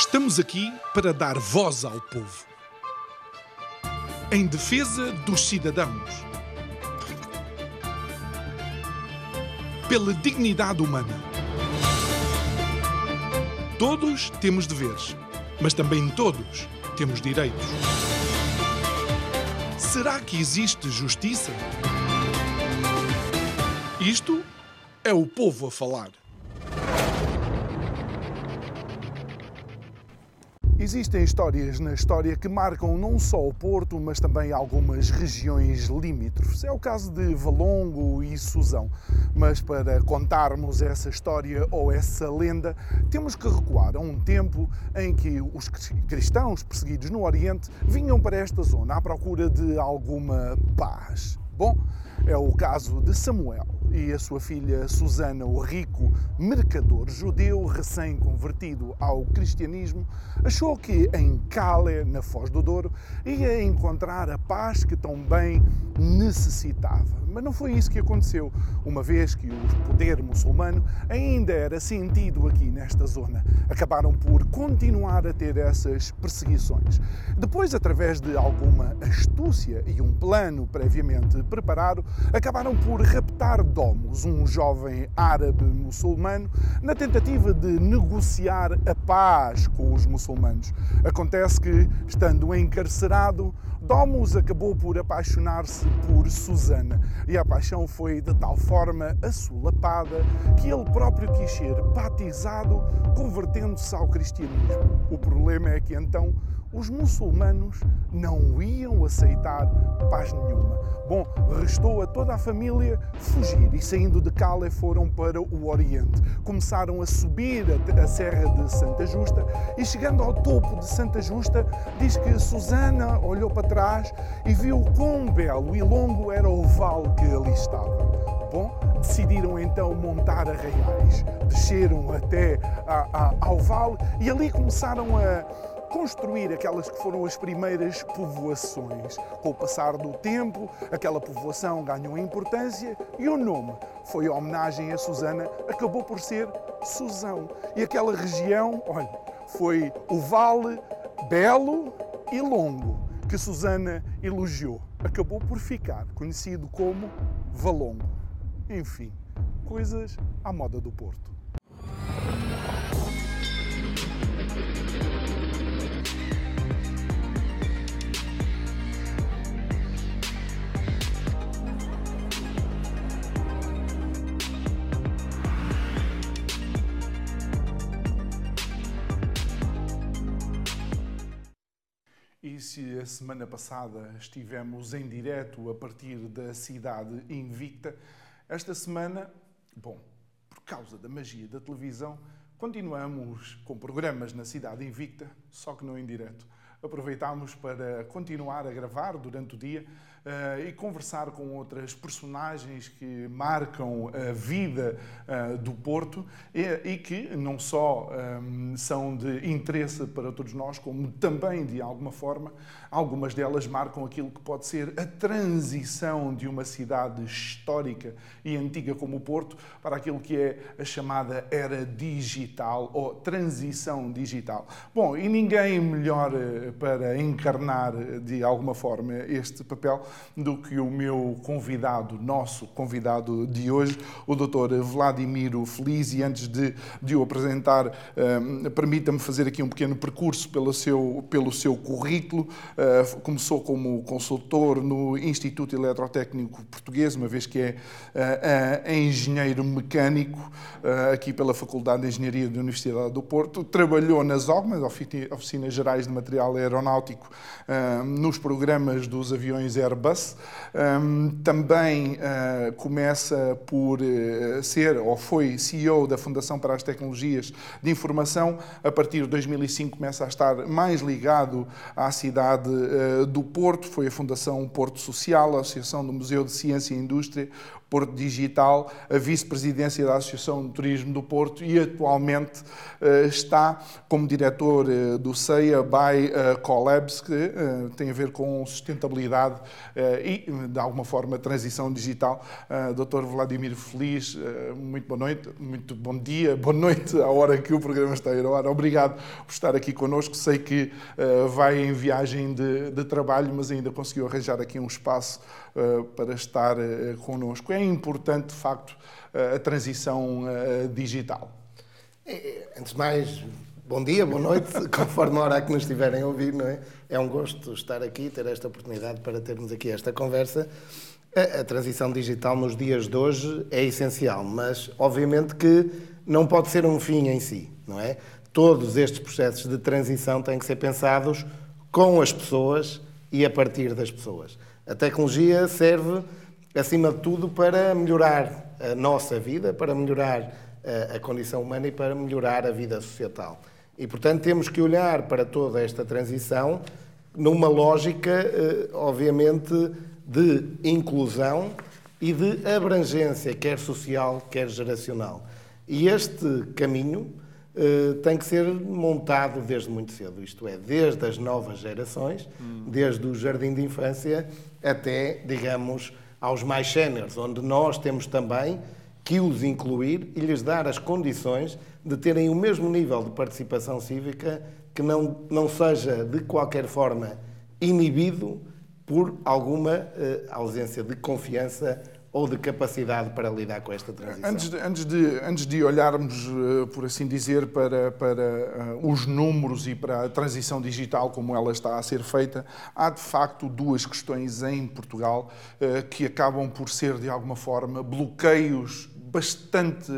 Estamos aqui para dar voz ao povo, em defesa dos cidadãos, pela dignidade humana. Todos temos deveres, mas também todos temos direitos. Será que existe justiça? Isto é o povo a falar. Existem histórias na história que marcam não só o Porto, mas também algumas regiões limítrofes. É o caso de Valongo e Susão. Mas para contarmos essa história ou essa lenda, temos que recuar a um tempo em que os cristãos perseguidos no Oriente vinham para esta zona à procura de alguma paz. Bom, é o caso de Samuel e a sua filha Susana, o rico mercador judeu recém-convertido ao cristianismo, achou que em Calais, na Foz do Douro, ia encontrar a paz que tão bem necessitava. Mas não foi isso que aconteceu, uma vez que o poder muçulmano ainda era sentido aqui nesta zona. Acabaram por continuar a ter essas perseguições. Depois, através de alguma astúcia e um plano previamente preparado, acabaram por raptar Domus, um jovem árabe muçulmano, na tentativa de negociar a paz com os muçulmanos. Acontece que, estando encarcerado, Domus acabou por apaixonar-se por Susana e a paixão foi de tal forma assolapada que ele próprio quis ser batizado, convertendo-se ao cristianismo. O problema é que então os muçulmanos não iam aceitar paz nenhuma. Bom, restou a toda a família fugir e, saindo de Calais, foram para o Oriente. Começaram a subir a Serra de Santa Justa e, chegando ao topo de Santa Justa, diz que Susana olhou para trás e viu quão belo e longo era o vale que ali estava. Bom, decidiram então montar arraiais, desceram até ao vale e ali começaram a construir aquelas que foram as primeiras povoações. Com o passar do tempo, aquela povoação ganhou importância e o nome foi em homenagem a Susana, acabou por ser Susão. E aquela região, olha, foi o Vale Belo e Longo, que Susana elogiou. Acabou por ficar conhecido como Valongo. Enfim, coisas à moda do Porto. E se a semana passada estivemos em direto a partir da cidade invicta, esta semana, bom, por causa da magia da televisão, continuamos com programas na cidade invicta, só que não em direto. Aproveitámos para continuar a gravar durante o dia e conversar com outras personagens que marcam a vida do Porto e que não só são de interesse para todos nós, como também, de alguma forma, algumas delas marcam aquilo que pode ser a transição de uma cidade histórica e antiga como o Porto para aquilo que é a chamada era digital ou transição digital. Bom, e ninguém melhor para encarnar de alguma forma este papel do que o meu convidado, nosso convidado de hoje, o Dr. Vladimiro Feliz. E antes de o apresentar, permita-me fazer aqui um pequeno percurso pelo seu currículo. Começou como consultor no Instituto Eletrotécnico Português, uma vez que é engenheiro mecânico aqui pela Faculdade de Engenharia da Universidade do Porto. Trabalhou nas OGMAs, Oficinas Gerais de Material Aeronáutico, nos programas dos aviões Airbus. Também começa por ser, ou foi CEO da Fundação para as Tecnologias de Informação. A partir de 2005 começa a estar mais ligado à cidade do Porto. Foi a Fundação Porto Social, a Associação do Museu de Ciência e Indústria, Porto Digital, a vice-presidência da Associação de Turismo do Porto e atualmente está como diretor do CEIA by Collabs, que tem a ver com sustentabilidade e, de alguma forma, transição digital. Dr. Vladimir Feliz, muito boa noite, muito bom dia, boa noite à hora que o programa está a ir ao ar. Obrigado por estar aqui connosco. Sei que vai em viagem de trabalho, mas ainda conseguiu arranjar aqui um espaço para estar connosco. É importante, de facto, a transição digital. Antes de mais, bom dia, boa noite, conforme a hora que nos estiverem a ouvir, não é? É um gosto estar aqui, ter esta oportunidade para termos aqui esta conversa. A transição digital nos dias de hoje é essencial, mas obviamente que não pode ser um fim em si, não é? Todos estes processos de transição têm que ser pensados com as pessoas e a partir das pessoas. A tecnologia serve, acima de tudo, para melhorar a nossa vida, para melhorar a condição humana e para melhorar a vida societal. E, portanto, temos que olhar para toda esta transição numa lógica, obviamente, de inclusão e de abrangência, quer social, quer geracional. E este caminho tem que ser montado desde muito cedo, isto é, desde as novas gerações, desde o jardim de infância até, digamos, aos mais séniores, onde nós temos também que os incluir e lhes dar as condições de terem o mesmo nível de participação cívica, que não seja de qualquer forma inibido por alguma ausência de confiança ou de capacidade para lidar com esta transição. Antes de olharmos, por assim dizer, para os números e para a transição digital como ela está a ser feita, há de facto duas questões em Portugal que acabam por ser, de alguma forma, bloqueios bastante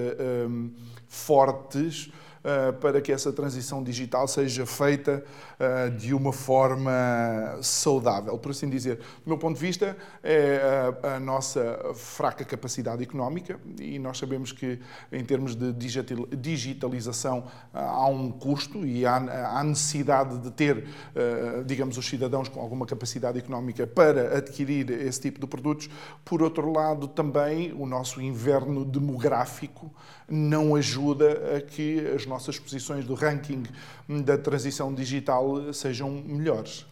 fortes para que essa transição digital seja feita de uma forma saudável, por assim dizer. Do meu ponto de vista, é a nossa fraca capacidade económica, e nós sabemos que, em termos de digitalização, há um custo e há necessidade de ter, digamos, os cidadãos com alguma capacidade económica para adquirir esse tipo de produtos. Por outro lado, também, o nosso inverno demográfico não ajuda a que as nossas posições do ranking da transição digital sejam melhores.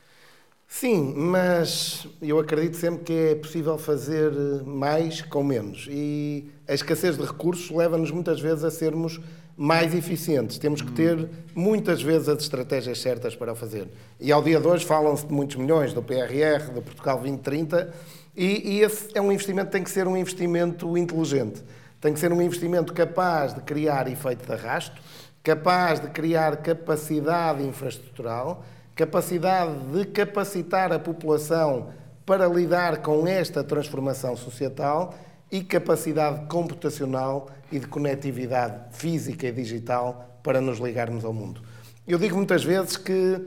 Sim, mas eu acredito sempre que é possível fazer mais com menos. E a escassez de recursos leva-nos muitas vezes a sermos mais eficientes. Temos que ter muitas vezes as estratégias certas para o fazer. E ao dia de hoje falam-se de muitos milhões, do PRR, do Portugal 2030, e esse é um investimento que tem que ser um investimento inteligente. Tem que ser um investimento capaz de criar efeito de arrasto, capaz de criar capacidade infraestrutural, capacidade de capacitar a população para lidar com esta transformação societal e capacidade computacional e de conectividade física e digital para nos ligarmos ao mundo. Eu digo muitas vezes que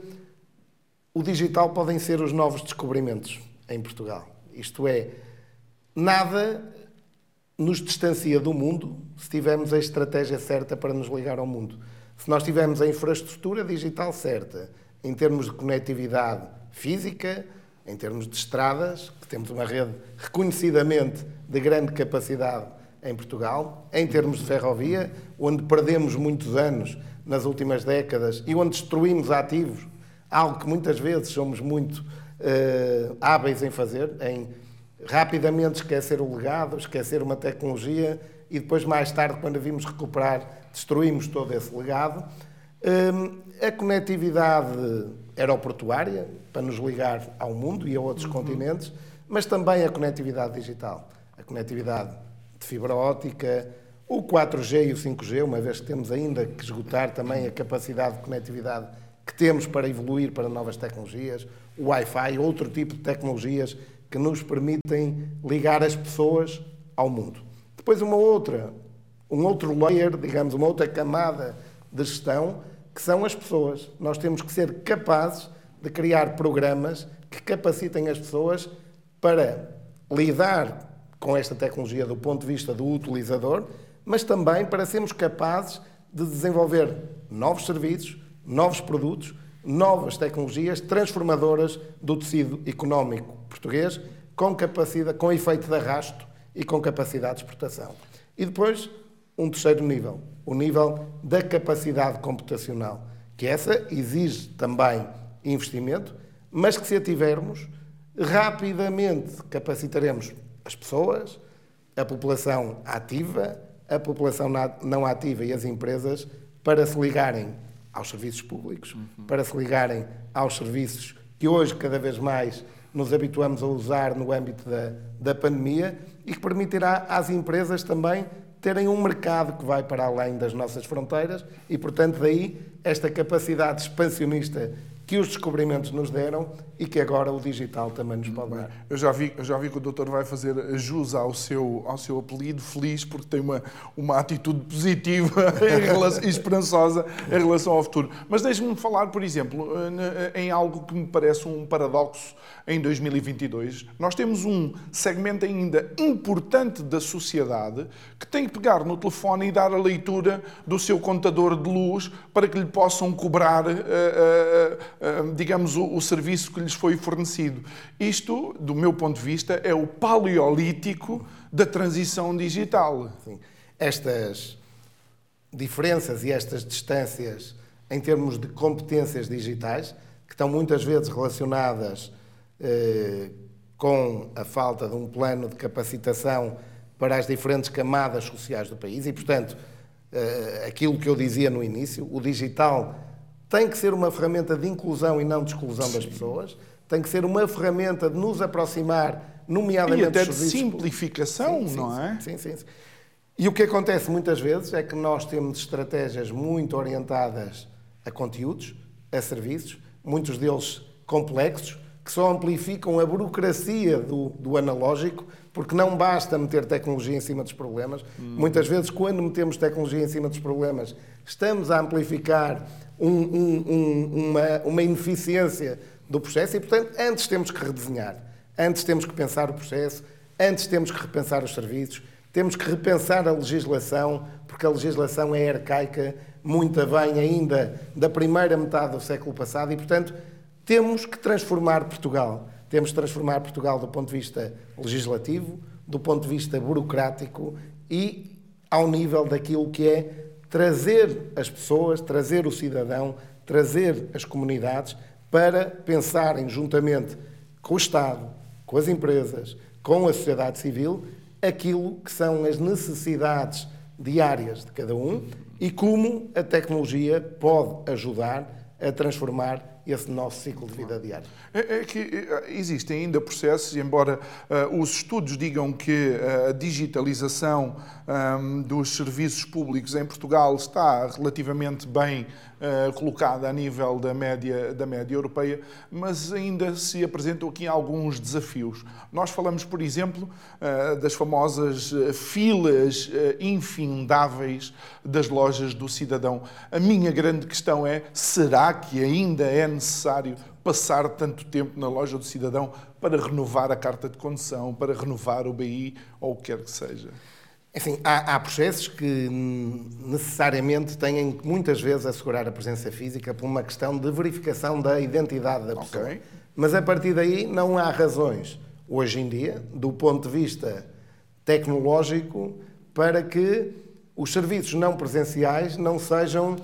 o digital podem ser os novos descobrimentos em Portugal. Isto é, nada nos distancia do mundo se tivermos a estratégia certa para nos ligar ao mundo. Se nós tivermos a infraestrutura digital certa, em termos de conectividade física, em termos de estradas, que temos uma rede reconhecidamente de grande capacidade em Portugal, em termos de ferrovia, onde perdemos muitos anos nas últimas décadas e onde destruímos ativos, algo que muitas vezes somos muito hábeis em fazer, em rapidamente esquecer o legado, esquecer uma tecnologia e depois, mais tarde, quando a vimos recuperar, destruímos todo esse legado. A conectividade aeroportuária, para nos ligar ao mundo e a outros continentes, mas também a conectividade digital, a conectividade de fibra óptica, o 4G e o 5G, uma vez que temos ainda que esgotar também a capacidade de conectividade que temos para evoluir para novas tecnologias, o Wi-Fi, outro tipo de tecnologias que nos permitem ligar as pessoas ao mundo. Depois um outro layer, digamos, uma outra camada de gestão, que são as pessoas. Nós temos que ser capazes de criar programas que capacitem as pessoas para lidar com esta tecnologia do ponto de vista do utilizador, mas também para sermos capazes de desenvolver novos serviços, novos produtos, novas tecnologias transformadoras do tecido económico português, com capacidade, com efeito de arrasto e com capacidade de exportação. E depois, um terceiro nível, o nível da capacidade computacional, que essa exige também investimento, mas que se a tivermos, rapidamente capacitaremos as pessoas, a população ativa, a população não ativa e as empresas para se ligarem aos serviços públicos, para se ligarem aos serviços que hoje cada vez mais nos habituamos a usar no âmbito da pandemia e que permitirá às empresas também terem um mercado que vai para além das nossas fronteiras e, portanto, daí esta capacidade expansionista que os descobrimentos nos deram e que agora o digital também nos pode dar. Eu já vi que o doutor vai fazer jus ao seu apelido, feliz, porque tem uma atitude positiva e esperançosa em relação ao futuro. Mas deixe-me falar, por exemplo, em algo que me parece um paradoxo em 2022. Nós temos um segmento ainda importante da sociedade que tem que pegar no telefone e dar a leitura do seu contador de luz para que lhe possam cobrar digamos, o serviço que lhes foi fornecido. Isto, do meu ponto de vista, é o paleolítico da transição digital. Sim. Estas diferenças e estas distâncias em termos de competências digitais, que estão muitas vezes relacionadas com a falta de um plano de capacitação para as diferentes camadas sociais do país e, portanto, aquilo que eu dizia no início, o digital tem que ser uma ferramenta de inclusão e não de exclusão das pessoas, tem que ser uma ferramenta de nos aproximar, nomeadamente e até dos de simplificação, sim, não é? Sim. E o que acontece muitas vezes é que nós temos estratégias muito orientadas a conteúdos, a serviços, muitos deles complexos, que só amplificam a burocracia do analógico, porque não basta meter tecnologia em cima dos problemas. Muitas vezes, quando metemos tecnologia em cima dos problemas, estamos a amplificar uma ineficiência do processo e, portanto, antes temos que redesenhar, antes temos que pensar o processo, antes temos que repensar os serviços, temos que repensar a legislação, porque a legislação é arcaica, muito bem ainda da primeira metade do século passado e, portanto, temos que transformar Portugal. Temos que transformar Portugal do ponto de vista legislativo, do ponto de vista burocrático e ao nível daquilo que é trazer as pessoas, trazer o cidadão, trazer as comunidades para pensarem juntamente com o Estado, com as empresas, com a sociedade civil, aquilo que são as necessidades diárias de cada um e como a tecnologia pode ajudar a transformar esse nosso ciclo de vida diário. É que existem ainda processos, embora os estudos digam que a digitalização dos serviços públicos em Portugal está relativamente bem colocada a nível da média europeia, mas ainda se apresentam aqui alguns desafios. Nós falamos, por exemplo, das famosas filas infindáveis das lojas do cidadão. A minha grande questão é, será que ainda é necessário passar tanto tempo na loja do cidadão para renovar a carta de condução, para renovar o BI ou o que quer que seja? Assim, há processos que necessariamente têm que muitas vezes assegurar a presença física por uma questão de verificação da identidade da pessoa. Okay. Mas a partir daí não há razões, hoje em dia, do ponto de vista tecnológico, para que os serviços não presenciais não sejam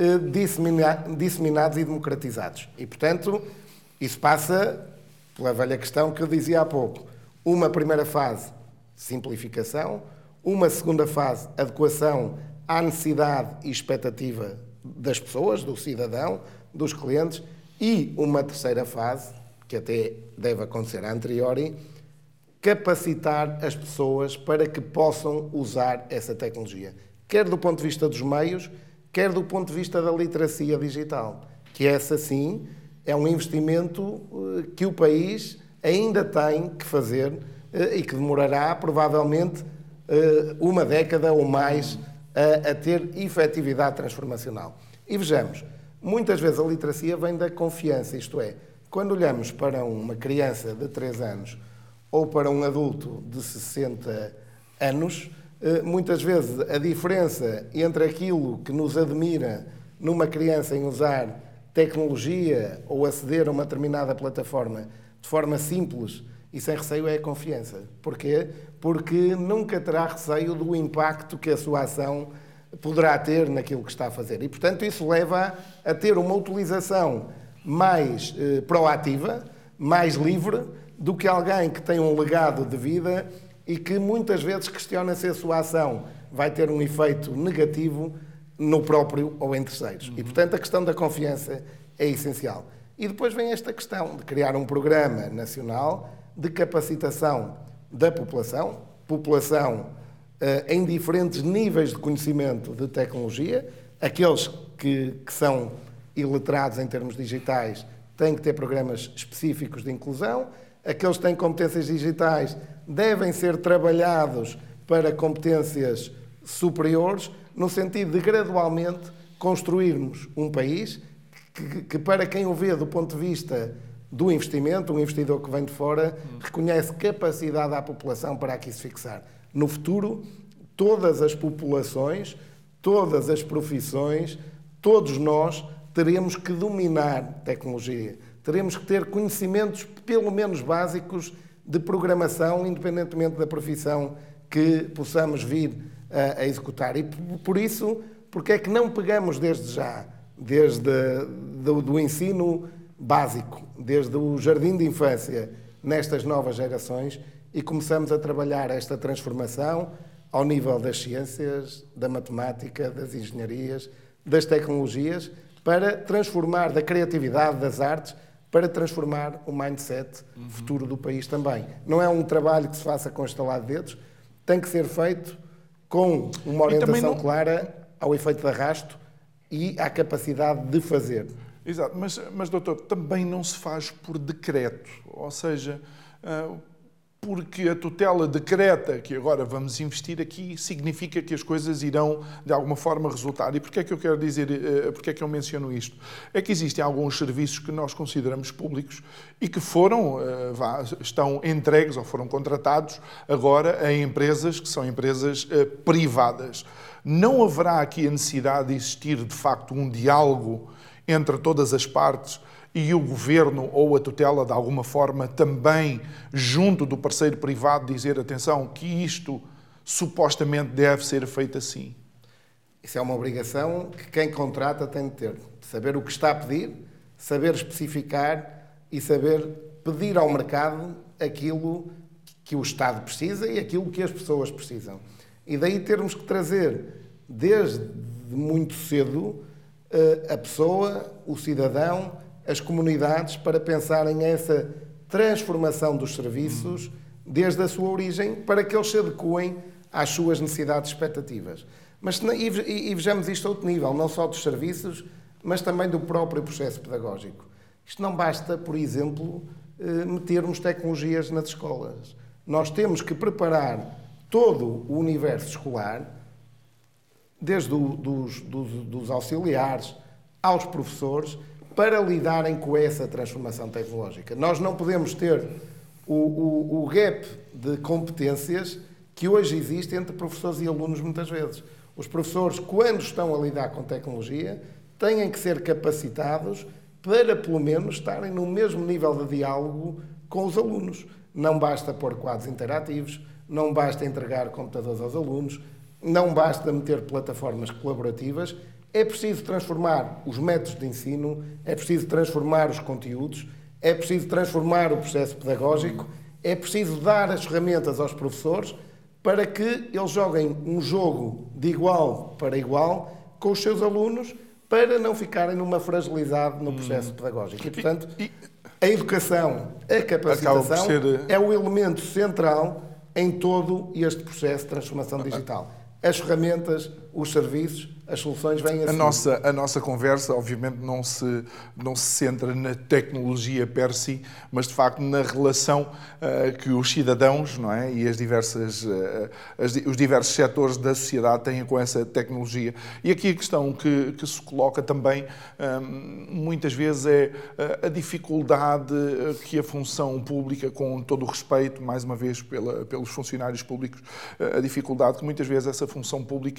disseminados e democratizados. E, portanto, isso passa pela velha questão que eu dizia há pouco. Uma primeira fase, simplificação. Uma segunda fase, adequação à necessidade e expectativa das pessoas, do cidadão, dos clientes. E uma terceira fase, que até deve acontecer a anteriori, capacitar as pessoas para que possam usar essa tecnologia. Quer do ponto de vista dos meios, quer do ponto de vista da literacia digital. Que essa, sim, é um investimento que o país ainda tem que fazer e que demorará, provavelmente, uma década ou mais a ter efetividade transformacional. E vejamos, muitas vezes a literacia vem da confiança, isto é, quando olhamos para uma criança de 3 anos ou para um adulto de 60 anos, muitas vezes a diferença entre aquilo que nos admira numa criança em usar tecnologia ou aceder a uma determinada plataforma de forma simples e sem receio é a confiança. Porquê? Porque nunca terá receio do impacto que a sua ação poderá ter naquilo que está a fazer. E, portanto, isso leva a ter uma utilização mais proativa, mais livre, do que alguém que tem um legado de vida e que muitas vezes questiona se a sua ação vai ter um efeito negativo no próprio ou em terceiros. E, portanto, a questão da confiança é essencial. E depois vem esta questão de criar um programa nacional de capacitação da população em diferentes níveis de conhecimento de tecnologia. Aqueles que são iletrados em termos digitais têm que ter programas específicos de inclusão. Aqueles que têm competências digitais devem ser trabalhados para competências superiores, no sentido de gradualmente construirmos um país que para quem o vê do ponto de vista do investimento, um investidor que vem de fora, reconhece capacidade à população para aqui se fixar. No futuro, todas as populações, todas as profissões, todos nós teremos que dominar tecnologia. Teremos que ter conhecimentos, pelo menos básicos, de programação, independentemente da profissão que possamos vir a executar. E por isso, porque é que não pegamos desde já, desde do ensino básico, desde o jardim de infância, nestas novas gerações, e começamos a trabalhar esta transformação ao nível das ciências, da matemática, das engenharias, das tecnologias, para transformar, da criatividade, das artes, para transformar o mindset futuro do país também. Não é um trabalho que se faça com estalar de dedos, tem que ser feito com uma orientação clara ao efeito de arrasto e à capacidade de fazer. Exato, mas doutor, também não se faz por decreto, ou seja, porque a tutela decreta que agora vamos investir aqui, significa que as coisas irão de alguma forma resultar. E porquê é que eu quero dizer, porquê é que eu menciono isto? É que existem alguns serviços que nós consideramos públicos e que estão entregues ou foram contratados agora a empresas que são empresas privadas. Não haverá aqui a necessidade de existir de facto um diálogo entre todas as partes e o governo ou a tutela, de alguma forma, também junto do parceiro privado, dizer, atenção, que isto supostamente deve ser feito assim? Isso é uma obrigação que quem contrata tem de ter. De saber o que está a pedir, saber especificar e saber pedir ao mercado aquilo que o Estado precisa e aquilo que as pessoas precisam. E daí termos que trazer, desde muito cedo, a pessoa, o cidadão, as comunidades, para pensarem essa transformação dos serviços desde a sua origem, para que eles se adequem às suas necessidades e expectativas. E vejamos isto a outro nível, não só dos serviços, mas também do próprio processo pedagógico. Isto não basta, por exemplo, metermos tecnologias nas escolas. Nós temos que preparar todo o universo escolar, desde dos auxiliares aos professores, para lidarem com essa transformação tecnológica. Nós não podemos ter o gap de competências que hoje existe entre professores e alunos muitas vezes. Os professores, quando estão a lidar com tecnologia, têm que ser capacitados para, pelo menos, estarem no mesmo nível de diálogo com os alunos. Não basta pôr quadros interativos, não basta entregar computadores aos alunos, não basta meter plataformas colaborativas. É preciso transformar os métodos de ensino, é preciso transformar os conteúdos, é preciso transformar o processo pedagógico, é preciso dar as ferramentas aos professores para que eles joguem um jogo de igual para igual com os seus alunos, para não ficarem numa fragilidade no processo pedagógico. E, portanto, a educação, a capacitação é o elemento central em todo este processo de transformação digital. As ferramentas, os serviços, as soluções vêm assim. A nossa conversa, obviamente, não se centra na tecnologia per si, mas, de facto, na relação que os cidadãos, não é, e os diversos setores da sociedade têm com essa tecnologia. E aqui a questão que se coloca também, muitas vezes, é a dificuldade que a função pública, com todo o respeito, mais uma vez, pelos funcionários públicos, a dificuldade que muitas vezes essa função pública tem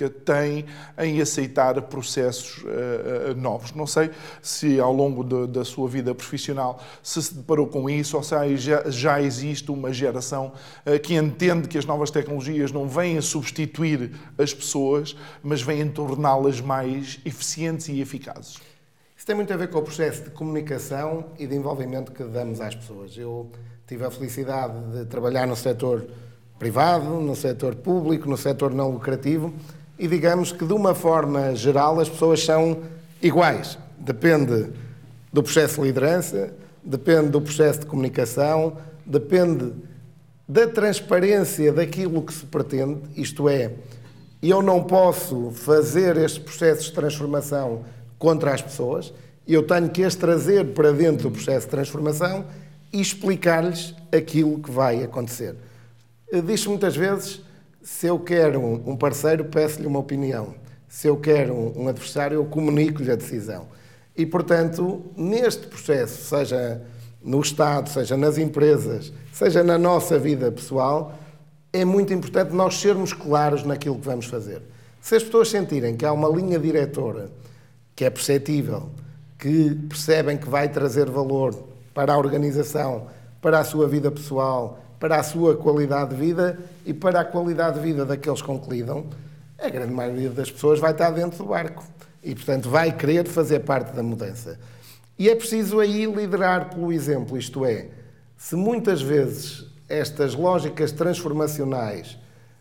em aceitar processos novos. Não sei se ao longo da sua vida profissional se deparou com isso, ou se já existe uma geração que entende que as novas tecnologias não vêm a substituir as pessoas, mas vêm a torná-las mais eficientes e eficazes. Isso tem muito a ver com o processo de comunicação e de envolvimento que damos às pessoas. Eu tive a felicidade de trabalhar no setor privado, no setor público, no setor não lucrativo e digamos que de uma forma geral as pessoas são iguais. Depende do processo de liderança, depende do processo de comunicação, depende da transparência daquilo que se pretende, isto é, eu não posso fazer estes processos de transformação contra as pessoas, eu tenho que as trazer para dentro do processo de transformação e explicar-lhes aquilo que vai acontecer. Diz-se muitas vezes, se eu quero um parceiro, peço-lhe uma opinião. Se eu quero um adversário, eu comunico-lhe a decisão. E, portanto, neste processo, seja no Estado, seja nas empresas, seja na nossa vida pessoal, é muito importante nós sermos claros naquilo que vamos fazer. Se as pessoas sentirem que há uma linha diretora que é perceptível, que percebem que vai trazer valor para a organização, para a sua vida pessoal, para a sua qualidade de vida e para a qualidade de vida daqueles com que lidam, a grande maioria das pessoas vai estar dentro do barco e, portanto, vai querer fazer parte da mudança. E é preciso aí liderar pelo exemplo, isto é, se muitas vezes estas lógicas transformacionais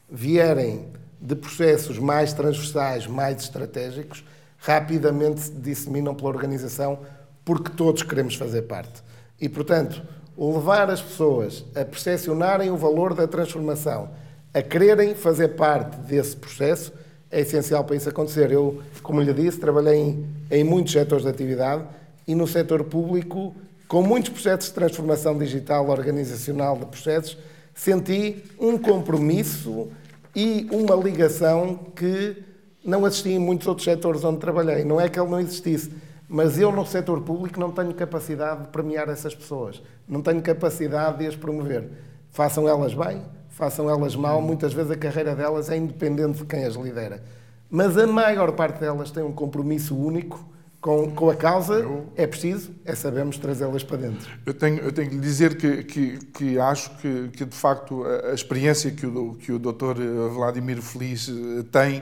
vierem de processos mais transversais, mais estratégicos, rapidamente se disseminam pela organização porque todos queremos fazer parte. E, portanto, levar as pessoas a percepcionarem o valor da transformação, a quererem fazer parte desse processo, é essencial para isso acontecer. Eu, como lhe disse, trabalhei em muitos setores de atividade e no setor público, com muitos processos de transformação digital, organizacional de processos, senti um compromisso e uma ligação que não assisti em muitos outros setores onde trabalhei. Não é que ele não existisse, mas eu no setor público não tenho capacidade de premiar essas pessoas. Não tenho capacidade de as promover. Façam elas bem, façam elas mal, muitas vezes a carreira delas é independente de quem as lidera. Mas a maior parte delas tem um compromisso único com a causa, é preciso, sabermos trazê-las para dentro. Eu tenho que lhe dizer que acho que de facto a experiência que o Dr. Vladimir Feliz tem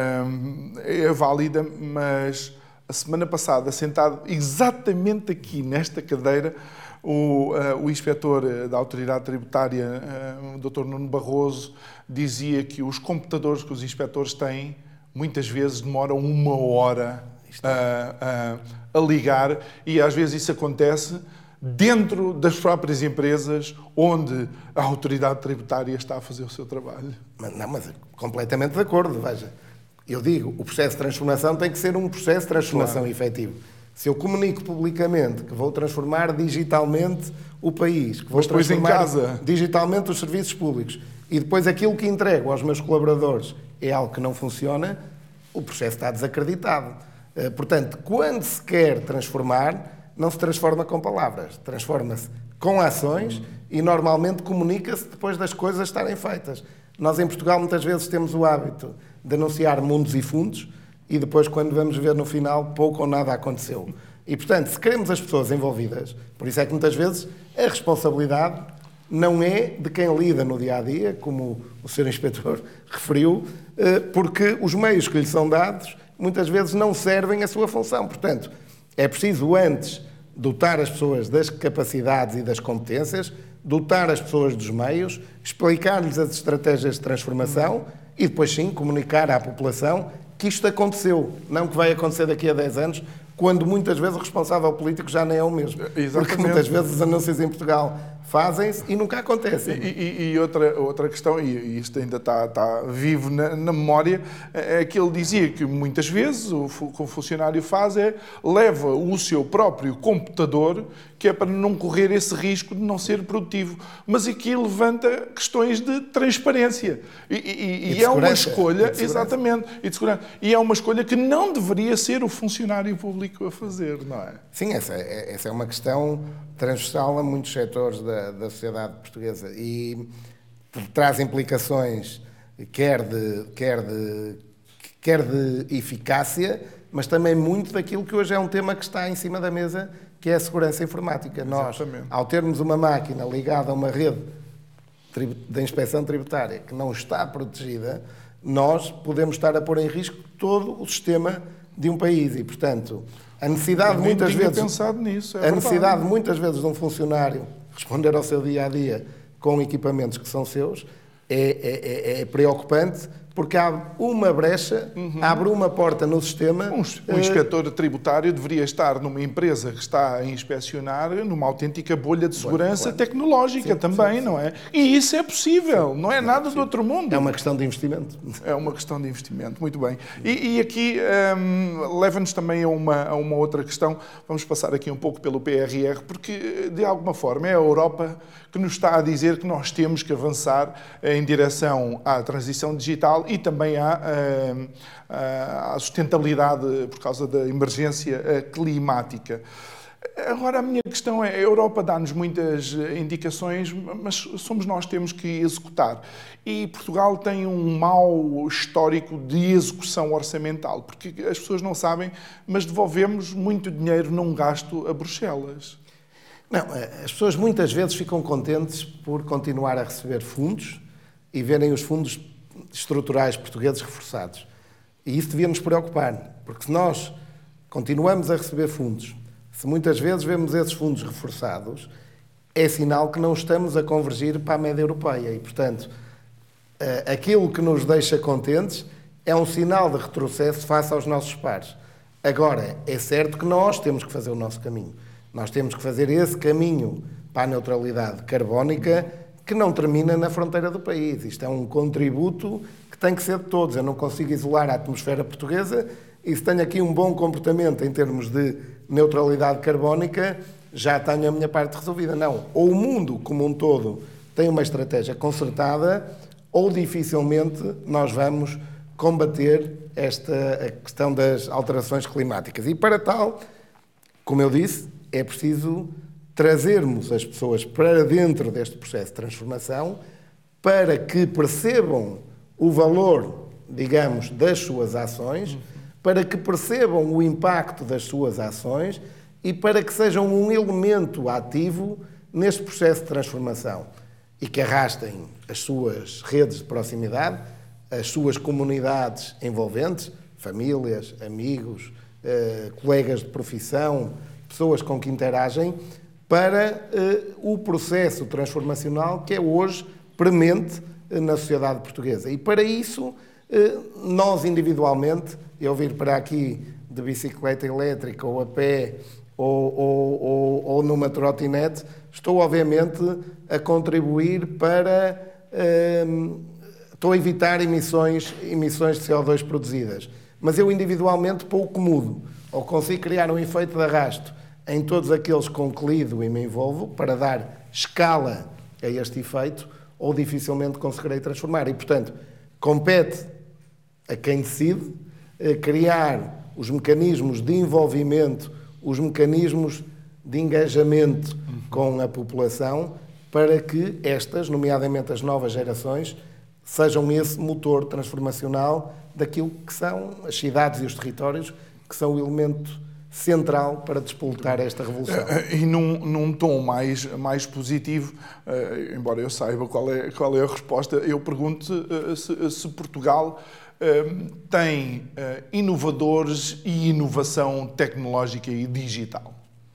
é válida, mas a semana passada, sentado exatamente aqui nesta cadeira, o inspetor da Autoridade Tributária, o Dr. Nuno Barroso, dizia que os computadores que os inspectores têm muitas vezes demoram 1 hora a ligar e às vezes isso acontece dentro das próprias empresas onde a autoridade tributária está a fazer o seu trabalho. Mas completamente de acordo, veja. Eu digo, o processo de transformação tem que ser um processo de transformação efetivo. Se eu comunico publicamente que vou transformar digitalmente o país, que vou transformar digitalmente os serviços públicos e depois aquilo que entrego aos meus colaboradores é algo que não funciona, o processo está desacreditado. Portanto, quando se quer transformar, não se transforma com palavras, transforma-se com ações e normalmente comunica-se depois das coisas estarem feitas. Nós em Portugal muitas vezes temos o hábito de anunciar mundos e fundos e depois quando vamos ver no final pouco ou nada aconteceu. E portanto, se queremos as pessoas envolvidas, por isso é que muitas vezes a responsabilidade não é de quem lida no dia-a-dia, como o Sr. Inspetor referiu, porque os meios que lhe são dados muitas vezes não servem a sua função. Portanto, é preciso antes dotar as pessoas das capacidades e das competências, dotar as pessoas dos meios, explicar-lhes as estratégias de transformação e depois sim comunicar à população que isto aconteceu, não que vai acontecer daqui a 10 anos, quando muitas vezes o responsável político já nem é o mesmo. Exatamente. Porque muitas vezes os anúncios em Portugal fazem-se e nunca acontecem. E outra questão, e isto ainda está vivo na memória, é que ele dizia que muitas vezes o que o funcionário faz é leva o seu próprio computador, que é para não correr esse risco de não ser produtivo. Mas aqui levanta questões de transparência. E é uma escolha, exatamente, e de segurança. E é uma escolha que não deveria ser o funcionário público a fazer, não é? Sim, essa é uma questão transversal a muitos setores da sociedade portuguesa e traz implicações quer quer de eficácia, mas também muito daquilo que hoje é um tema que está em cima da mesa, que é a segurança informática. Nós, ao termos uma máquina ligada a uma rede da inspeção tributária que não está protegida, nós podemos estar a pôr em risco todo o sistema de um país e, portanto, a necessidade muitas vezes pensado nisso, a necessidade muitas vezes de um funcionário responder ao seu dia a dia com equipamentos que são seus é preocupante, porque abre uma brecha, abre uma porta no sistema. Um inspetor tributário deveria estar numa empresa que está a inspecionar numa autêntica bolha de segurança tecnológica também, não é? E isso é possível, não é nada do outro mundo. É uma questão de investimento. É uma questão de investimento, muito bem. E aqui leva-nos também a uma outra questão. Vamos passar aqui um pouco pelo PRR, porque de alguma forma é a Europa que nos está a dizer que nós temos que avançar em direção à transição digital e também à sustentabilidade por causa da emergência climática. Agora, a minha questão é, a Europa dá-nos muitas indicações, mas somos nós que temos que executar. E Portugal tem um mau histórico de execução orçamental, porque as pessoas não sabem, mas devolvemos muito dinheiro não gasto a Bruxelas. Não, as pessoas muitas vezes ficam contentes por continuar a receber fundos e verem os fundos estruturais portugueses reforçados. E isso devia nos preocupar, porque se nós continuamos a receber fundos, se muitas vezes vemos esses fundos reforçados, é sinal que não estamos a convergir para a média europeia. E, portanto, aquilo que nos deixa contentes é um sinal de retrocesso face aos nossos pares. Agora, é certo que nós temos que fazer o nosso caminho. Nós temos que fazer esse caminho para a neutralidade carbónica que não termina na fronteira do país. Isto é um contributo que tem que ser de todos. Eu não consigo isolar a atmosfera portuguesa e se tenho aqui um bom comportamento em termos de neutralidade carbónica, já tenho a minha parte resolvida. Não. Ou o mundo como um todo tem uma estratégia concertada ou dificilmente nós vamos combater esta questão das alterações climáticas. E para tal, como eu disse, é preciso trazermos as pessoas para dentro deste processo de transformação para que percebam o valor, digamos, das suas ações, para que percebam o impacto das suas ações e para que sejam um elemento ativo neste processo de transformação e que arrastem as suas redes de proximidade, as suas comunidades envolventes, famílias, amigos, colegas de profissão, pessoas com que interagem, para o processo transformacional que é hoje premente na sociedade portuguesa. E para isso, nós individualmente, eu vir para aqui de bicicleta elétrica ou a pé ou numa trotinete, estou obviamente a contribuir para... estou a evitar emissões de CO2 produzidas. Mas eu individualmente pouco mudo, ou consigo criar um efeito de arrasto em todos aqueles com que lido e me envolvo para dar escala a este efeito, ou dificilmente conseguirei transformar. E, portanto, compete a quem decide criar os mecanismos de envolvimento, os mecanismos de engajamento com a população para que estas, nomeadamente as novas gerações, sejam esse motor transformacional daquilo que são as cidades e os territórios, que são o elemento central para despoltar esta revolução. E num tom mais positivo, embora eu saiba qual é a resposta, eu pergunto se Portugal tem inovadores e inovação tecnológica e digital.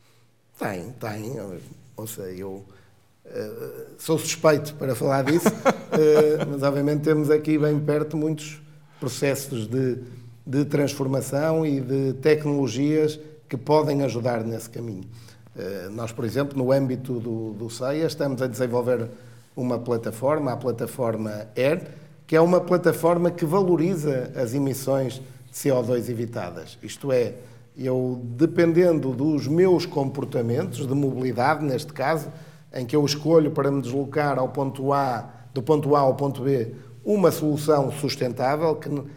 Tem. Ou seja, eu sou suspeito para falar disso, mas obviamente temos aqui bem perto muitos processos de transformação e de tecnologias que podem ajudar nesse caminho. Nós, por exemplo, no âmbito do CEIA, estamos a desenvolver uma plataforma, a plataforma AIR, que é uma plataforma que valoriza as emissões de CO2 evitadas. Isto é, eu, dependendo dos meus comportamentos de mobilidade, neste caso, em que eu escolho para me deslocar do ponto A ao ponto B uma solução sustentável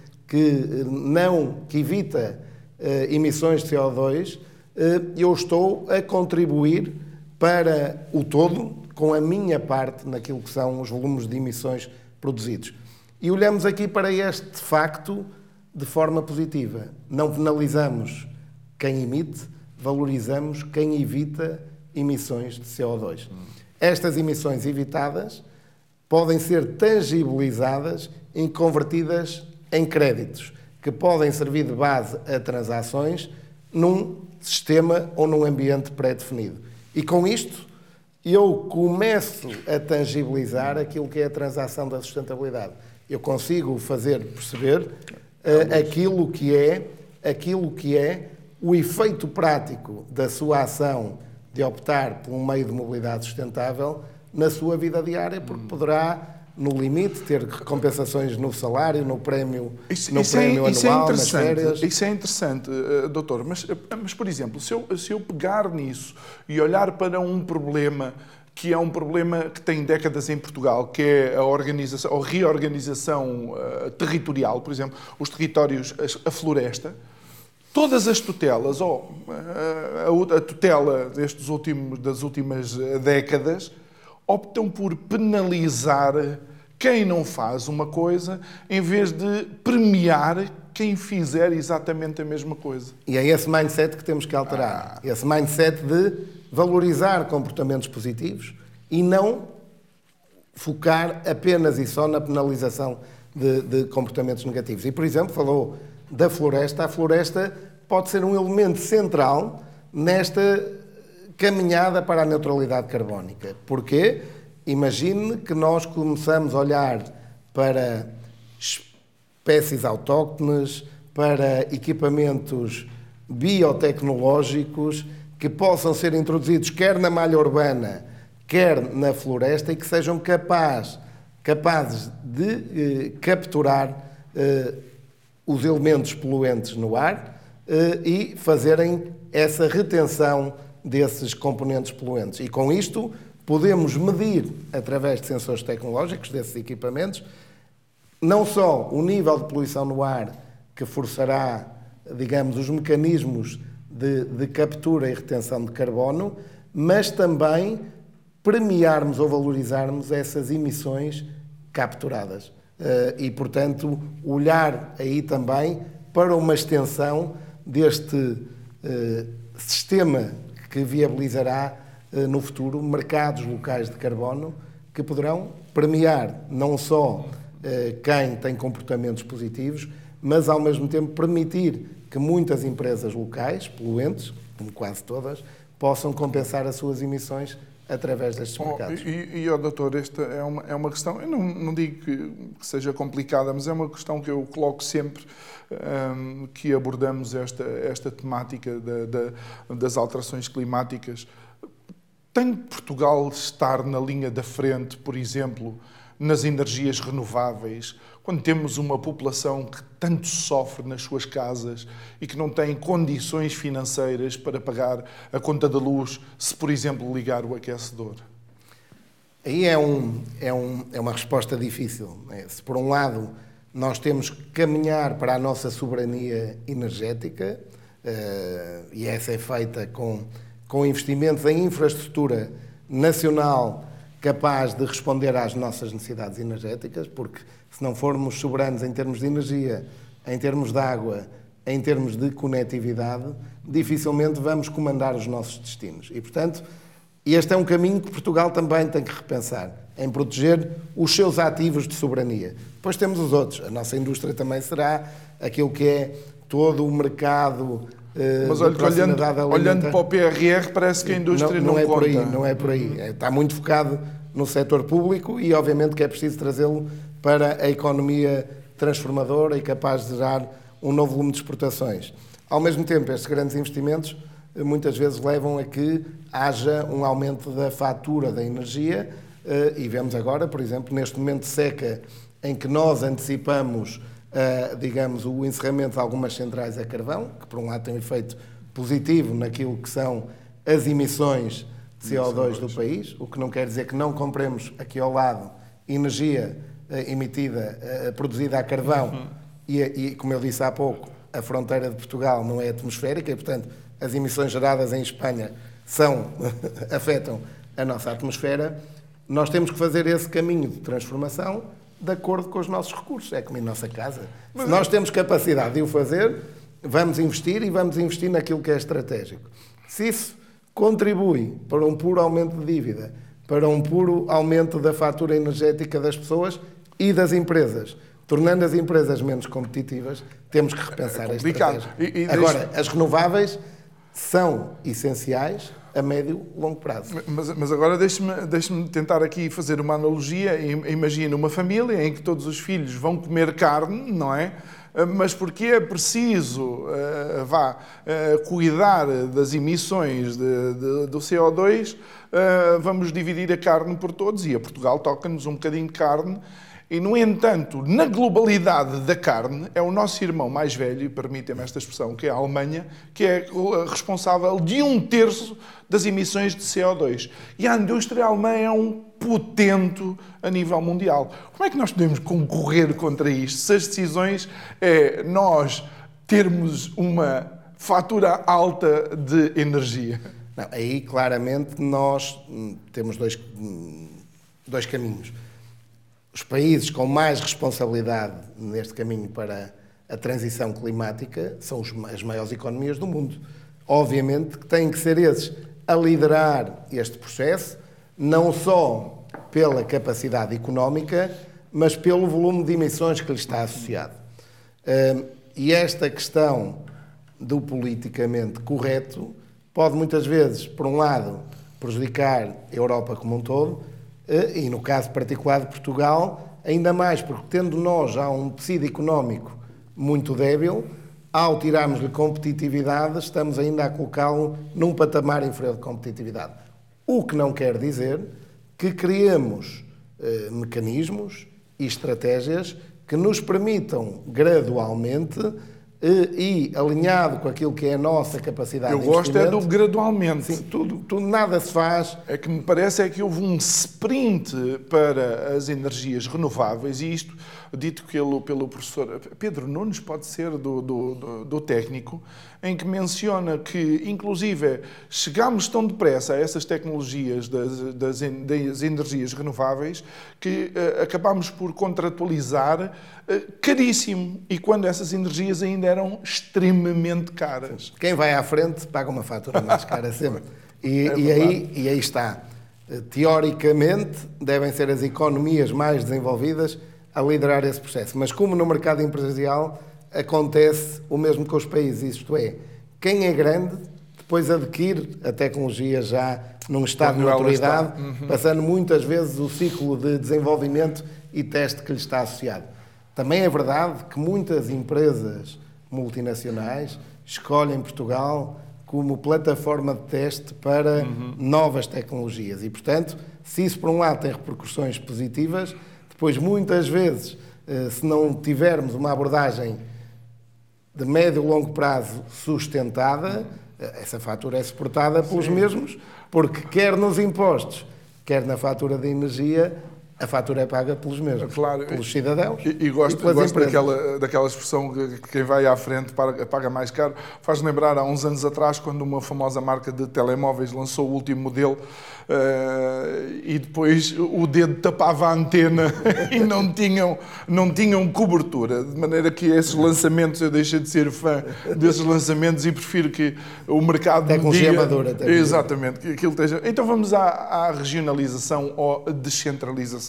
que evita emissões de CO2, eu estou a contribuir para o todo com a minha parte naquilo que são os volumes de emissões produzidos. E olhamos aqui para este facto de forma positiva. Não penalizamos quem emite, valorizamos quem evita emissões de CO2. Estas emissões evitadas podem ser tangibilizadas e convertidas em créditos, que podem servir de base a transações num sistema ou num ambiente pré-definido. E com isto, eu começo a tangibilizar aquilo que é a transação da sustentabilidade. Eu consigo fazer perceber aquilo que é o efeito prático da sua ação de optar por um meio de mobilidade sustentável na sua vida diária, porque poderá, no limite, ter compensações no salário, no prémio, anual, nas férias. Isso é interessante, doutor, mas, por exemplo, se eu pegar nisso e olhar para um problema que é um problema que tem décadas em Portugal, que é a reorganização territorial, por exemplo, os territórios, a floresta, todas as tutelas, ou a tutela das últimas décadas, optam por penalizar quem não faz uma coisa, em vez de premiar quem fizer exatamente a mesma coisa. E é esse mindset que temos que alterar. Esse mindset de valorizar comportamentos positivos e não focar apenas e só na penalização de comportamentos negativos. E, por exemplo, falou da floresta. A floresta pode ser um elemento central nesta caminhada para a neutralidade carbónica. Porquê? Imagine que nós começamos a olhar para espécies autóctones, para equipamentos biotecnológicos que possam ser introduzidos quer na malha urbana, quer na floresta e que sejam capazes de capturar os elementos poluentes no ar e fazerem essa retenção desses componentes poluentes. E com isto podemos medir, através de sensores tecnológicos desses equipamentos, não só o nível de poluição no ar que forçará, digamos, os mecanismos de captura e retenção de carbono, mas também premiarmos ou valorizarmos essas emissões capturadas. E, portanto, olhar aí também para uma extensão deste sistema que viabilizará no futuro mercados locais de carbono que poderão premiar não só quem tem comportamentos positivos, mas ao mesmo tempo permitir que muitas empresas locais, poluentes, como quase todas, possam compensar as suas emissões através destes mercados. Doutor, esta é uma questão, eu não digo que seja complicada, mas é uma questão que eu coloco sempre que abordamos esta temática das alterações climáticas. Tem Portugal estar na linha da frente, por exemplo, nas energias renováveis, quando temos uma população que tanto sofre nas suas casas e que não tem condições financeiras para pagar a conta da luz, se, por exemplo, ligar o aquecedor? Aí é uma resposta difícil. Se, por um lado, nós temos que caminhar para a nossa soberania energética, e essa é feita com investimentos em infraestrutura nacional capaz de responder às nossas necessidades energéticas, porque se não formos soberanos em termos de energia, em termos de água, em termos de conectividade, dificilmente vamos comandar os nossos destinos. E, portanto, este é um caminho que Portugal também tem que repensar, em proteger os seus ativos de soberania. Depois temos os outros. A nossa indústria também será aquilo que é todo o mercado. Mas olhando para o PRR, parece que a indústria não é conta. Por aí, não é por aí. Está muito focado no setor público e, obviamente, que é preciso trazê-lo para a economia transformadora e capaz de gerar um novo volume de exportações. Ao mesmo tempo, estes grandes investimentos muitas vezes levam a que haja um aumento da fatura da energia e vemos agora, por exemplo, neste momento de seca em que nós antecipamos digamos, o encerramento de algumas centrais a carvão, que por um lado tem um efeito positivo naquilo que são as emissões de CO2 do país, o que não quer dizer que não compremos aqui ao lado energia produzida a carvão e, como eu disse há pouco, a fronteira de Portugal não é atmosférica e, portanto, as emissões geradas em Espanha afetam a nossa atmosfera. Nós temos que fazer esse caminho de transformação de acordo com os nossos recursos. É como em nossa casa. Se nós temos capacidade de o fazer, vamos investir e vamos investir naquilo que é estratégico. Se isso contribui para um puro aumento de dívida, para um puro aumento da fatura energética das pessoas e das empresas, tornando as empresas menos competitivas, temos que repensar a estratégia. Agora, as renováveis são essenciais a médio e longo prazo. Mas agora deixe-me tentar aqui fazer uma analogia. Imagina uma família em que todos os filhos vão comer carne, não é? Mas porque é preciso cuidar das emissões do CO2, vamos dividir a carne por todos, e a Portugal toca-nos um bocadinho de carne. E, no entanto, na globalidade da carne, é o nosso irmão mais velho, e permitem-me esta expressão, que é a Alemanha, que é responsável de 1/3 das emissões de CO2. E a indústria alemã é um potente a nível mundial. Como é que nós podemos concorrer contra isto se as decisões é nós termos uma fatura alta de energia? Não, aí, claramente, nós temos dois caminhos. Os países com mais responsabilidade neste caminho para a transição climática são as maiores economias do mundo. Obviamente que têm que ser esses a liderar este processo, não só pela capacidade económica, mas pelo volume de emissões que lhe está associado. E esta questão do politicamente correto pode muitas vezes, por um lado, prejudicar a Europa como um todo, e no caso particular de Portugal, ainda mais, porque tendo nós já um tecido económico muito débil, ao tirarmos-lhe competitividade, estamos ainda a colocá-lo num patamar inferior de competitividade. O que não quer dizer que criemos mecanismos e estratégias que nos permitam gradualmente e alinhado com aquilo que é a nossa capacidade de investimento. Eu gosto do gradualmente. Sim, tudo nada se faz. É que me parece que houve um sprint para as energias renováveis, e isto dito pelo professor Pedro Nunes, pode ser do técnico, em que menciona que, inclusive, chegámos tão depressa a essas tecnologias das energias renováveis que acabámos por contratualizar caríssimo, e quando essas energias ainda eram extremamente caras. Quem vai à frente paga uma fatura mais cara sempre. E aí está. Teoricamente, devem ser as economias mais desenvolvidas a liderar esse processo. Mas como no mercado empresarial acontece o mesmo com os países, isto é, quem é grande depois adquire a tecnologia já num estado de maturidade, passando muitas vezes o ciclo de desenvolvimento e teste que lhe está associado. Também é verdade que muitas empresas multinacionais escolhem Portugal como plataforma de teste para novas tecnologias e, portanto, se isso por um lado tem repercussões positivas, depois muitas vezes, se não tivermos uma abordagem de médio e longo prazo sustentada, essa fatura é suportada pelos mesmos, porque quer nos impostos, quer na fatura de energia, a fatura é paga pelos mesmos, claro, pelos cidadãos e gosto daquela expressão que quem vai à frente paga mais caro. Faz-me lembrar há uns anos atrás, quando uma famosa marca de telemóveis lançou o último modelo e depois o dedo tapava a antena e não tinham cobertura, de maneira que esses lançamentos, eu deixei de ser fã desses lançamentos e prefiro que o mercado tecnologia madura. Exatamente, que aquilo esteja. Então vamos à regionalização ou descentralização.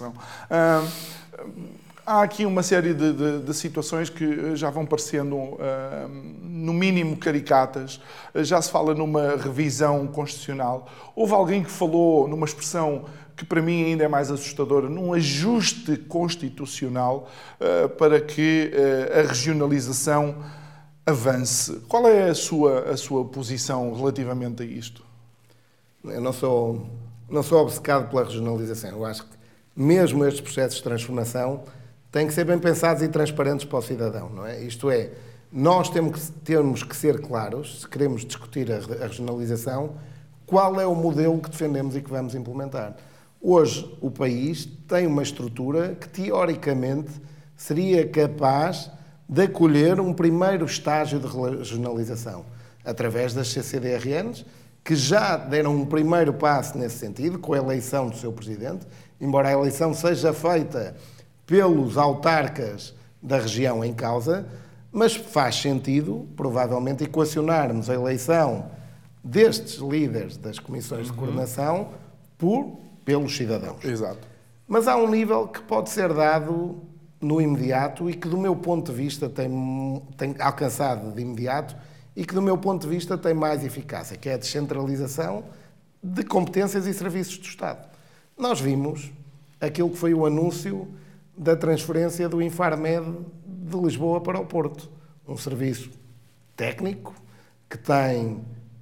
Há aqui uma série de situações que já vão parecendo, no mínimo, caricatas. Já se fala numa revisão constitucional. Houve alguém que falou numa expressão que para mim ainda é mais assustadora, num ajuste constitucional para que a regionalização avance. Qual é a sua posição relativamente a isto? Eu não sou obcecado pela regionalização. Eu acho que mesmo estes processos de transformação têm que ser bem pensados e transparentes para o cidadão, não é? Isto é, nós temos que ser claros, se queremos discutir a regionalização, qual é o modelo que defendemos e que vamos implementar. Hoje, o país tem uma estrutura que, teoricamente, seria capaz de acolher um primeiro estágio de regionalização, através das CCDRNs, que já deram um primeiro passo nesse sentido, com a eleição do seu presidente, embora a eleição seja feita pelos autarcas da região em causa, mas faz sentido, provavelmente, equacionarmos a eleição destes líderes das comissões de coordenação pelos cidadãos. Exato. Mas há um nível que pode ser dado no imediato e que, do meu ponto de vista, tem alcançado de imediato e que, do meu ponto de vista, tem mais eficácia, que é a descentralização de competências e serviços do Estado. Nós vimos aquilo que foi o anúncio da transferência do Infarmed de Lisboa para o Porto. Um serviço técnico que tem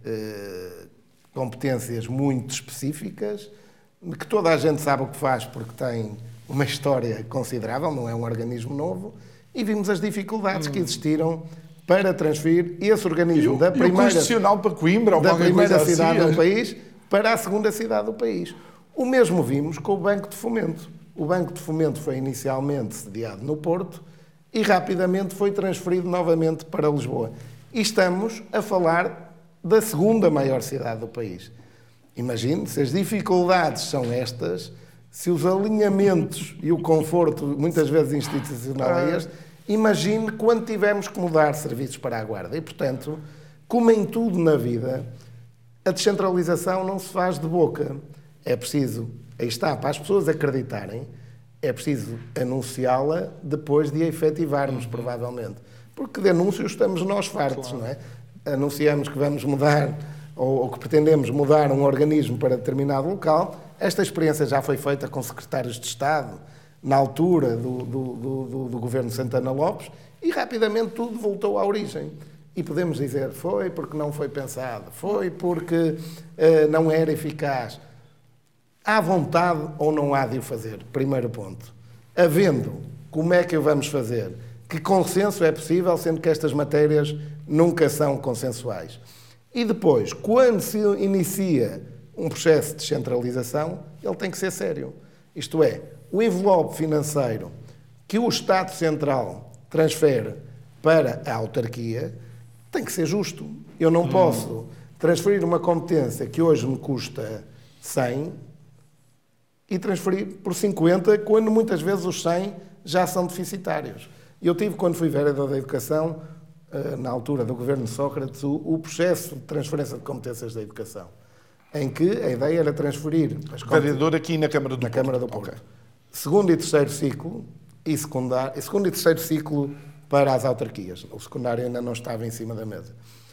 competências muito específicas, que toda a gente sabe o que faz porque tem uma história considerável, não é um organismo novo, e vimos as dificuldades que existiram para transferir esse organismo da primeira para Coimbra, ou da primeira coisa cidade assim, do país para a segunda cidade do país. O mesmo vimos com o Banco de Fomento. O Banco de Fomento foi inicialmente sediado no Porto e rapidamente foi transferido novamente para Lisboa. E estamos a falar da segunda maior cidade do país. Imagine se as dificuldades são estas, se os alinhamentos e o conforto, muitas vezes institucional é este, imagine quando tivemos que mudar serviços para a Guarda. E, portanto, como em tudo na vida, a descentralização não se faz de boca. É preciso, aí está, para as pessoas acreditarem, é preciso anunciá-la depois de a efetivarmos, provavelmente. Porque de anúncios estamos nós fartos, não é? Anunciamos que vamos mudar ou que pretendemos mudar um organismo para determinado local. Esta experiência já foi feita com secretários de Estado na altura do governo Santana Lopes e rapidamente tudo voltou à origem. E podemos dizer, foi porque não foi pensado, foi porque não era eficaz. Há vontade ou não há de o fazer? Primeiro ponto. Havendo, como é que o vamos fazer? Que consenso é possível, sendo que estas matérias nunca são consensuais? E depois, quando se inicia um processo de descentralização, ele tem que ser sério. Isto é, o envelope financeiro que o Estado Central transfere para a autarquia tem que ser justo. Eu não posso transferir uma competência que hoje me custa 100 e transferir por 50, quando muitas vezes os 100 já são deficitários. Eu tive, quando fui vereador da Educação, na altura do governo de Sócrates, o processo de transferência de competências da educação, em que a ideia era transferir... Vereador aqui na Câmara do Porto. Câmara do Porto. Okay. Segundo e terceiro ciclo segundo e terceiro ciclo para as autarquias. O secundário ainda não estava em cima da mesa.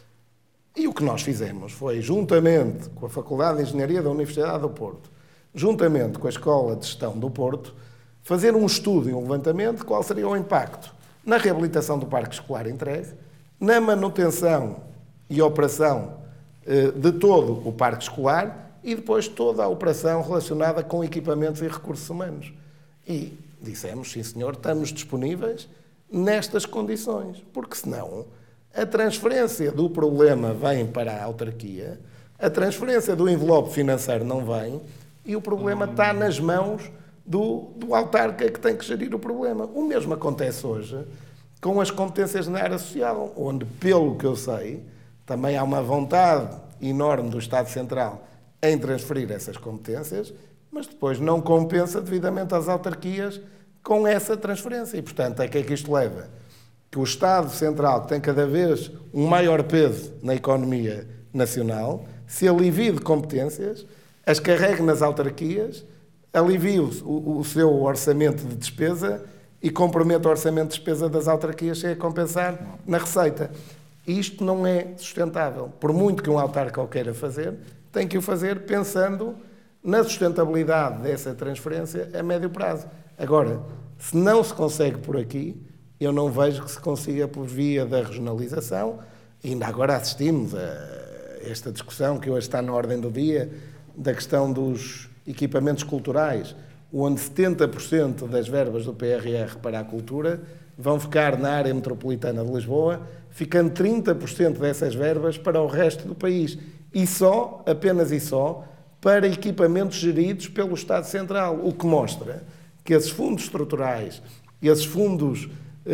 E o que nós fizemos foi, juntamente com a Faculdade de Engenharia da Universidade do Porto, juntamente com a Escola de Gestão do Porto, fazer um estudo e um levantamento de qual seria o impacto na reabilitação do parque escolar entregue, na manutenção e operação de todo o parque escolar e depois toda a operação relacionada com equipamentos e recursos humanos. E dissemos, sim senhor, estamos disponíveis nestas condições, porque senão a transferência do problema vem para a autarquia, a transferência do envelope financeiro não vem e o problema está nas mãos do autarca que tem que gerir o problema. O mesmo acontece hoje com as competências na área social, onde, pelo que eu sei, também há uma vontade enorme do Estado Central em transferir essas competências, mas depois não compensa devidamente às autarquias com essa transferência. E, portanto, a que é que isto leva? Que o Estado Central, que tem cada vez um maior peso na economia nacional, se alivie de competências, as carregue nas autarquias, alivie o seu orçamento de despesa e compromete o orçamento de despesa das autarquias sem a compensar na receita. Isto não é sustentável. Por muito que um autarca o queira fazer, tem que o fazer pensando na sustentabilidade dessa transferência a médio prazo. Agora, se não se consegue por aqui, eu não vejo que se consiga por via da regionalização. E ainda agora assistimos a esta discussão que hoje está na ordem do dia, da questão dos equipamentos culturais, onde 70% das verbas do PRR para a cultura vão ficar na área metropolitana de Lisboa, ficando 30% dessas verbas para o resto do país. E só, apenas e só, para equipamentos geridos pelo Estado Central, o que mostra que esses fundos estruturais, esses fundos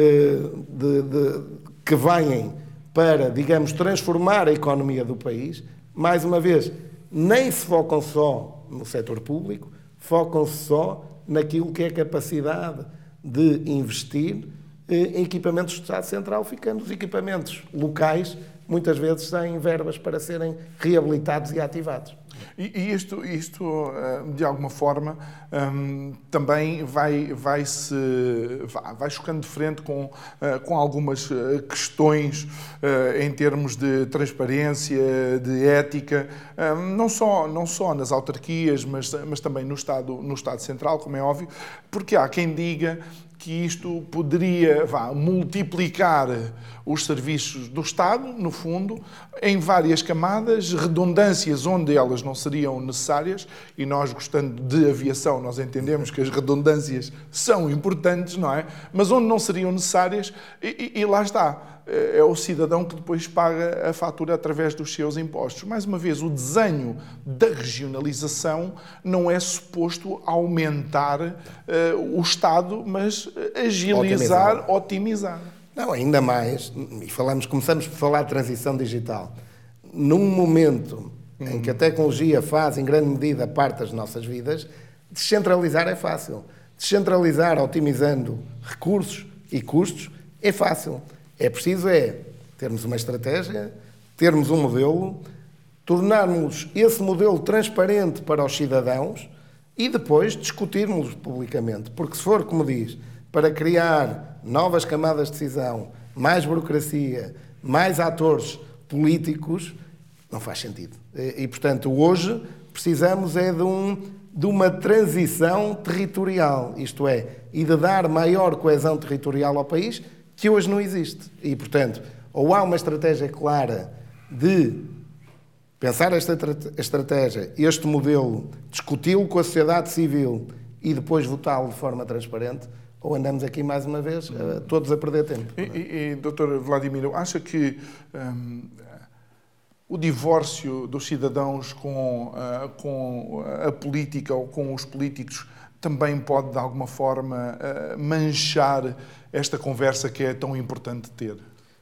que vêm para, digamos, transformar a economia do país, mais uma vez, nem se focam só no setor público, focam-se só naquilo que é a capacidade de investir em equipamentos do Estado Central, ficando os equipamentos locais muitas vezes sem verbas para serem reabilitados e ativados. E isto, de alguma forma, também vai chocando de frente com algumas questões em termos de transparência, de ética, não só nas autarquias, mas também no Estado Central, como é óbvio, porque há quem diga que isto poderia multiplicar os serviços do Estado, no fundo, em várias camadas, redundâncias onde elas não seriam necessárias, e nós, gostando de aviação, nós entendemos que as redundâncias são importantes, não é? Mas onde não seriam necessárias, e lá está. É o cidadão que depois paga a fatura através dos seus impostos. Mais uma vez, o desenho da regionalização não é suposto aumentar o Estado, mas agilizar, otimizar. Não, ainda mais, e começamos por falar de transição digital. Num momento em que a tecnologia faz, em grande medida, parte das nossas vidas, descentralizar é fácil. Descentralizar, otimizando recursos e custos, é fácil. É preciso termos uma estratégia, termos um modelo, tornarmos esse modelo transparente para os cidadãos e depois discutirmos publicamente. Porque se for, como diz, para criar novas camadas de decisão, mais burocracia, mais atores políticos, não faz sentido. E portanto, hoje precisamos de uma transição territorial, isto é, e de dar maior coesão territorial ao país, que hoje não existe. E, portanto, ou há uma estratégia clara de pensar esta estratégia, este modelo, discuti-lo com a sociedade civil e depois votá-lo de forma transparente, ou andamos aqui, mais uma vez, todos a perder tempo. E Dr. Vladimir, acha que o divórcio dos cidadãos com a política ou com os políticos também pode, de alguma forma, manchar esta conversa que é tão importante ter?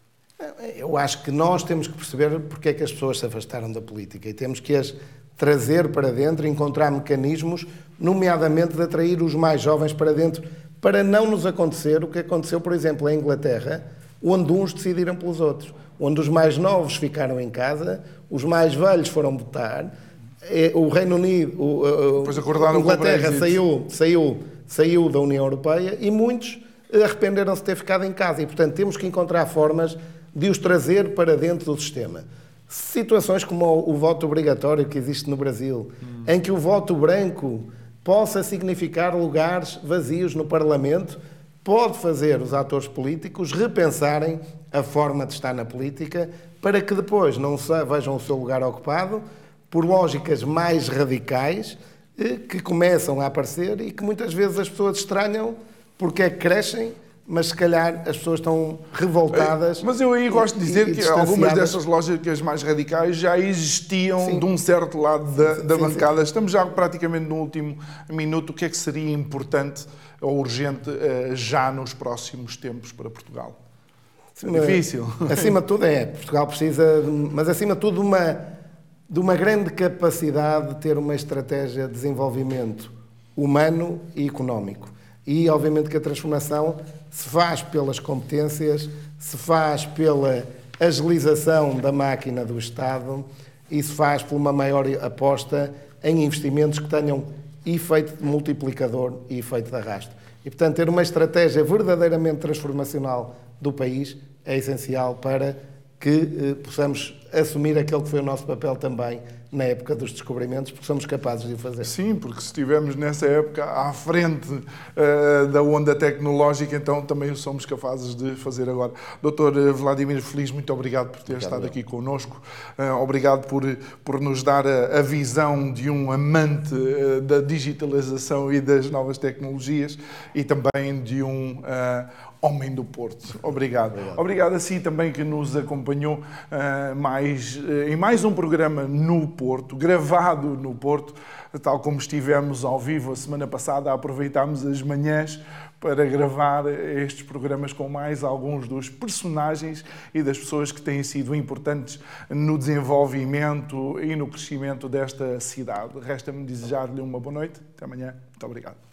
Eu acho que nós temos que perceber porque é que as pessoas se afastaram da política e temos que as trazer para dentro, encontrar mecanismos, nomeadamente de atrair os mais jovens para dentro, para não nos acontecer o que aconteceu, por exemplo, em Inglaterra, onde uns decidiram pelos outros, onde os mais novos ficaram em casa, os mais velhos foram votar, o Reino Unido, a Inglaterra saiu da União Europeia e muitos arrependeram-se de ter ficado em casa e, portanto, temos que encontrar formas de os trazer para dentro do sistema. Situações como o voto obrigatório que existe no Brasil, em que o voto branco possa significar lugares vazios no Parlamento, pode fazer os atores políticos repensarem a forma de estar na política para que depois não vejam o seu lugar ocupado por lógicas mais radicais que começam a aparecer e que muitas vezes as pessoas estranham porque é que crescem, mas se calhar as pessoas estão revoltadas. Mas eu aí gosto de dizer que algumas dessas lógicas mais radicais já existiam de um certo lado da bancada. Estamos já praticamente no último minuto. O que é que seria importante ou urgente já nos próximos tempos para Portugal? É difícil. Acima de tudo Portugal precisa, mas acima de tudo de uma grande capacidade de ter uma estratégia de desenvolvimento humano e económico. E, obviamente, que a transformação se faz pelas competências, se faz pela agilização da máquina do Estado e se faz por uma maior aposta em investimentos que tenham efeito de multiplicador e efeito de arrasto. E, portanto, ter uma estratégia verdadeiramente transformacional do país é essencial para que possamos assumir aquele que foi o nosso papel também na época dos descobrimentos, porque somos capazes de o fazer. Sim, porque se estivermos nessa época à frente da onda tecnológica, então também o somos capazes de fazer agora. Dr. Vladimir Feliz, muito obrigado por ter estado aqui connosco. Obrigado por nos dar a visão de um amante da digitalização e das novas tecnologias e também de um homem do Porto. Obrigado. Obrigado a si também que nos acompanhou em mais um programa no Porto, gravado no Porto, tal como estivemos ao vivo a semana passada, aproveitámos as manhãs para gravar estes programas com mais alguns dos personagens e das pessoas que têm sido importantes no desenvolvimento e no crescimento desta cidade. Resta-me desejar-lhe uma boa noite. Até amanhã. Muito obrigado.